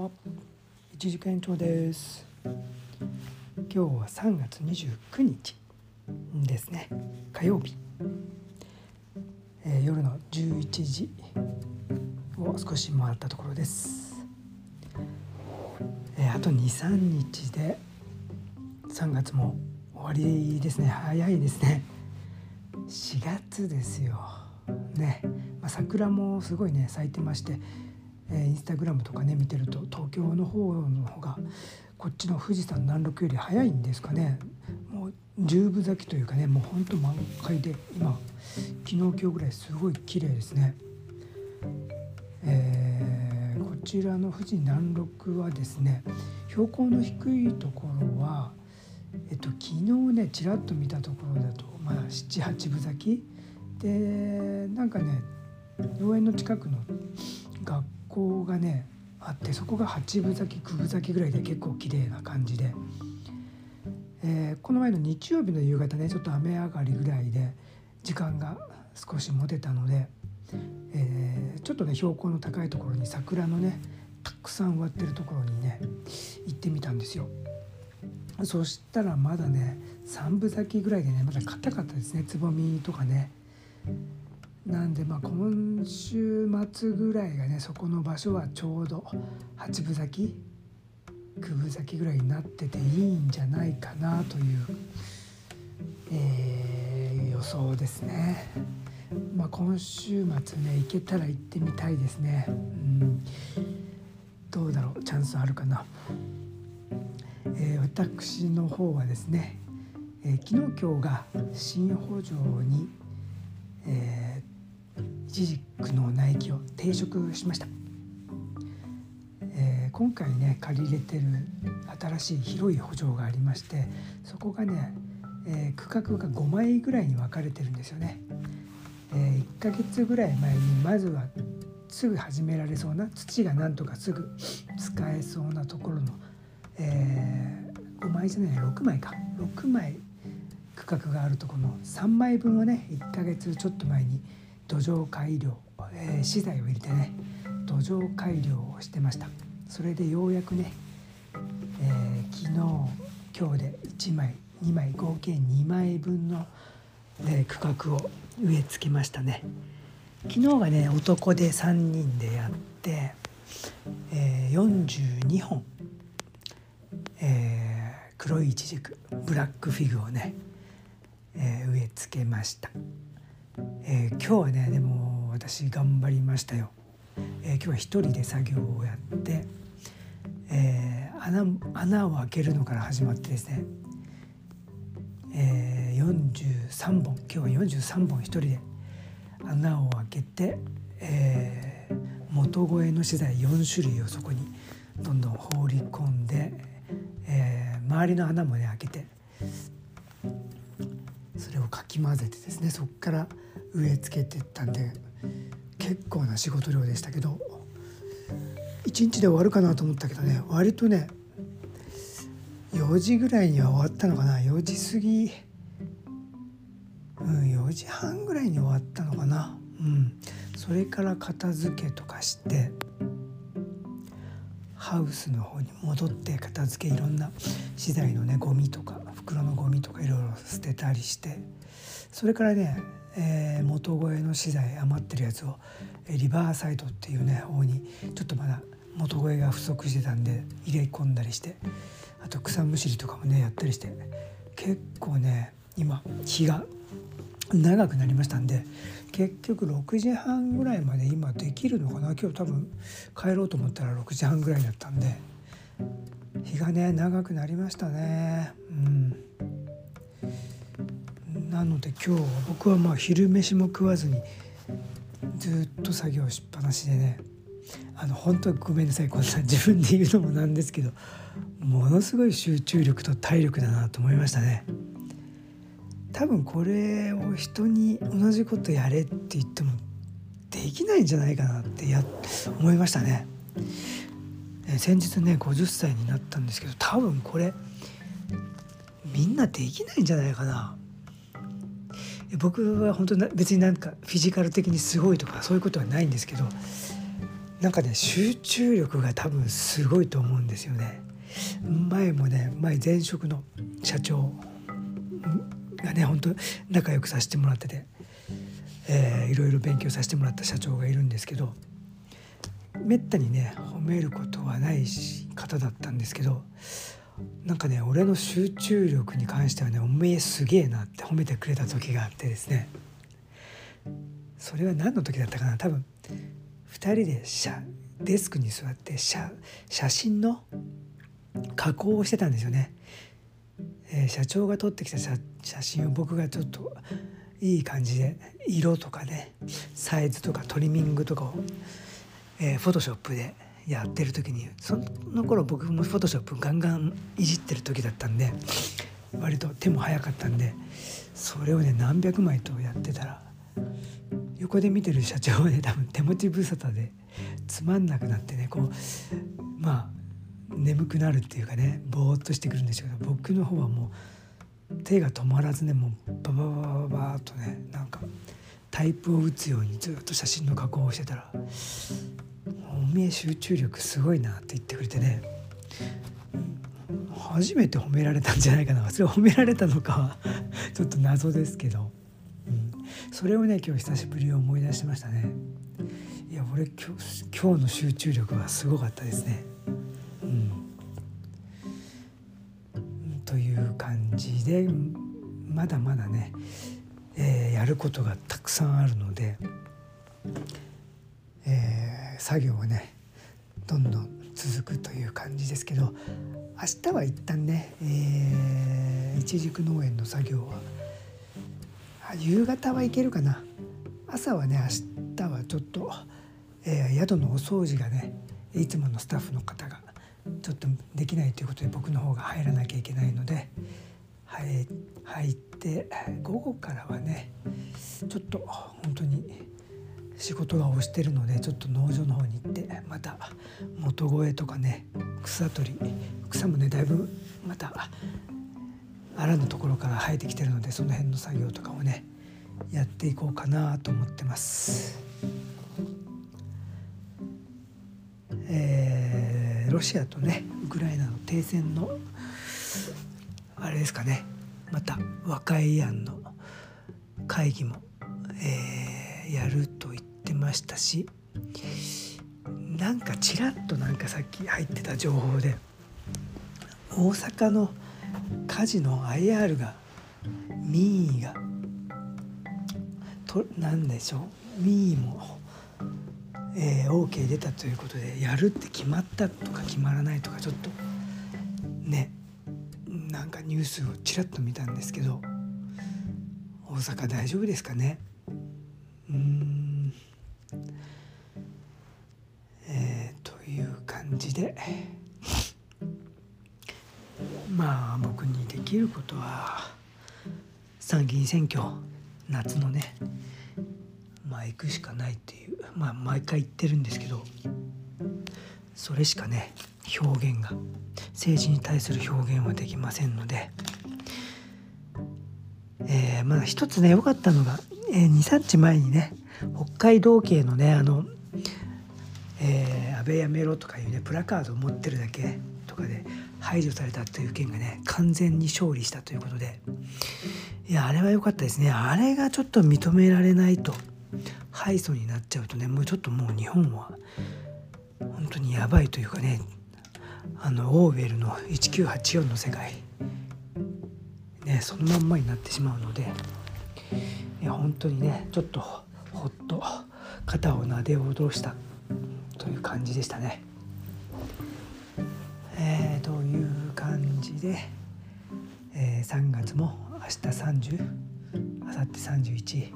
は1時間延長です。今日は3月29日ですね、火曜日、夜の11時を少し回ったところです。あと 2,3 日で3月も終わりですね。早いですね。4月ですよね。桜もすごいね咲いてまして、インスタグラムとかね見てると東京の方がこっちの富士山南麓より早いんですかね。もう10分咲きというかね、もうほんと満開で、今昨日今日ぐらいすごい綺麗ですね。こちらの富士南麓はですね、標高の低いところは、昨日ねちらっと見たところだとまだ7、8分咲きで、なんかね農園の近くの学校がねあって、そこが8分咲き9分咲きぐらいで結構綺麗な感じで、この前の日曜日の夕方ねちょっと雨上がりぐらいで時間が少し持てたので、ちょっとね標高の高いところに桜のねたくさん植わってるところにね行ってみたんですよ。そしたらまだね3分咲きぐらいでね、まだ硬かったですね、つぼみとかね。なんで今週末ぐらいがね、そこの場所はちょうど8分咲き9分咲きぐらいになってていいんじゃないかなという、予想ですね。今週末ね行けたら行ってみたいですね。どうだろう、チャンスあるかな。私の方はですね、昨日今日が新保城に、イチジクの苗木を定植しました。今回ね借り入れてる新しい広い圃場がありまして、そこがね、区画が5枚ぐらいに分かれてるんですよね。1ヶ月ぐらい前にまずはすぐ始められそうな、土がなんとかすぐ使えそうなところの、5枚じゃない6枚か6枚区画があるところの3枚分をね1ヶ月ちょっと前に土壌改良、資材を入れてね土壌改良をしてました。それでようやくね、昨日今日で1枚2枚合計2枚分の、区画を植え付けましたね。昨日はね男で3人でやって、42本、黒いイチジクブラックフィグをね、植え付けました。今日はねでも私頑張りましたよ。今日は一人で作業をやって、穴を開けるのから始まってですね、43本今日は43本一人で穴を開けて、元肥の資材4種類をそこにどんどん放り込んで、周りの穴もね開けてそれをかき混ぜてですね、そこから植え付けていったんで結構な仕事量でしたけど、1日で終わるかなと思ったけどね、割とね4時ぐらいには終わったのかな。4時過ぎ、4時半ぐらいに終わったのかな。それから片付けとかしてハウスの方に戻って片付け、いろんな資材のねゴミとか袋のゴミとかいろいろ捨てたりして、それからね、元肥の資材余ってるやつをリバーサイドっていうね方にちょっとまだ元肥が不足してたんで入れ込んだりして、あと草むしりとかもねやったりして、結構ね今日が長くなりましたんで、結局6時半ぐらいまで今できるのかな。今日多分帰ろうと思ったら6時半ぐらいだったんで、日がね長くなりましたね。なので今日僕は昼飯も食わずにずっと作業しっぱなしでね、本当ごめんなさい、こんな自分で言うのもなんですけど、ものすごい集中力と体力だなと思いましたね。多分これを人に同じことやれって言ってもできないんじゃないかなって思いましたね。先日ね50歳になったんですけど、多分これみんなできないんじゃないかな。僕は本当に別になんかフィジカル的にすごいとかそういうことはないんですけど、 なんかね集中力が多分すごいと思うんですよね。前前職の社長がね本当仲良くさせてもらってて、いろいろ勉強させてもらった社長がいるんですけど、めったにね褒めることはない方だったんですけど、なんかね俺の集中力に関してはねおめえすげえなって褒めてくれた時があってですね、それは何の時だったかな。多分2人でデスクに座って写真の加工をしてたんですよね。社長が撮ってきた写真を僕がちょっといい感じで色とかねサイズとかトリミングとかを、フォトショップでやってる時に、その頃僕もフォトショップガンガンいじってる時だったんで、割と手も早かったんで、それをね何百枚とやってたら、横で見てる社長はね多分手持ち無沙汰でつまんなくなってね、こう眠くなるっていうかね、ぼーっとしてくるんでしょうけど、僕の方はもう手が止まらずね、もうババババババーっとね、なんかタイプを打つようにずっと写真の加工をしてたら、おめえ集中力すごいなって言ってくれてね、初めて褒められたんじゃないかな。それを褒められたのかはちょっと謎ですけど、それをね今日久しぶりに思い出しましたね。いや俺今日の集中力はすごかったですね。という感じで、まだまだね、やることがたくさんあるので、作業はねどんどん続くという感じですけど、明日は一旦ね、いちじく農園の作業は夕方はいけるかな。朝はね明日はちょっと、宿のお掃除がねいつものスタッフの方がちょっとできないということで、僕の方が入らなきゃいけないので、入って午後からはねちょっと本当に仕事が押してるので、ちょっと農場の方に行ってまた元肥とかね草もねだいぶまたあらぬところから生えてきてるので、その辺の作業とかをねやっていこうかなと思ってます。ロシアとねウクライナの停戦のあれですかね、また和解案の会議も、やると言ってましたし、なんかちらっとなんかさっき入ってた情報で、大阪の火事の IR が民意がなんでしょう、民意も、OK 出たということで、やるって決まったとか決まらないとか、ちょっとねなんかニュースをちらっと見たんですけど、大阪大丈夫ですかね。という感じで、僕にできることは参議院選挙夏のね行くしかないっていう、毎回言ってるんですけど、それしかね政治に対する表現はできませんので、一つね良かったのが、2、3日前にね北海道警のね安倍やめろとかいうねプラカードを持ってるだけとかで排除されたという件がね完全に勝利したということで、いやあれは良かったですね。あれがちょっと認められないと敗訴になっちゃうとね、もう日本は本当にやばいというかね、オーウェルの1984の世界ね、そのまんまになってしまうので、いや本当にねちょっとほっと肩をなで下ろしたという感じでしたね。という感じで、3月も明日30、明後日31、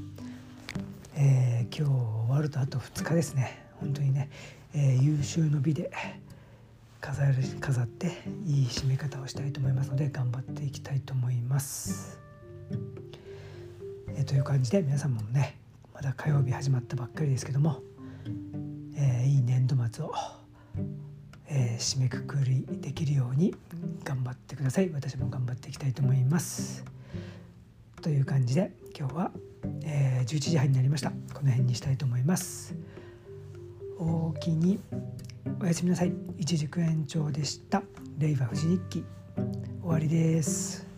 今日終わるとあと2日ですね。本当にね、優秀の美で飾っていい締め方をしたいと思いますので、頑張っていきたいと思います。という感じで、皆さんもねまだ火曜日始まったばっかりですけども、いい年度末を、締めくくりできるように頑張ってください。私も頑張っていきたいと思います。という感じで今日は、11時半になりました。この辺にしたいと思います。 おおきに。おやすみなさい。一軸延長でした。令和富士日記終わりです。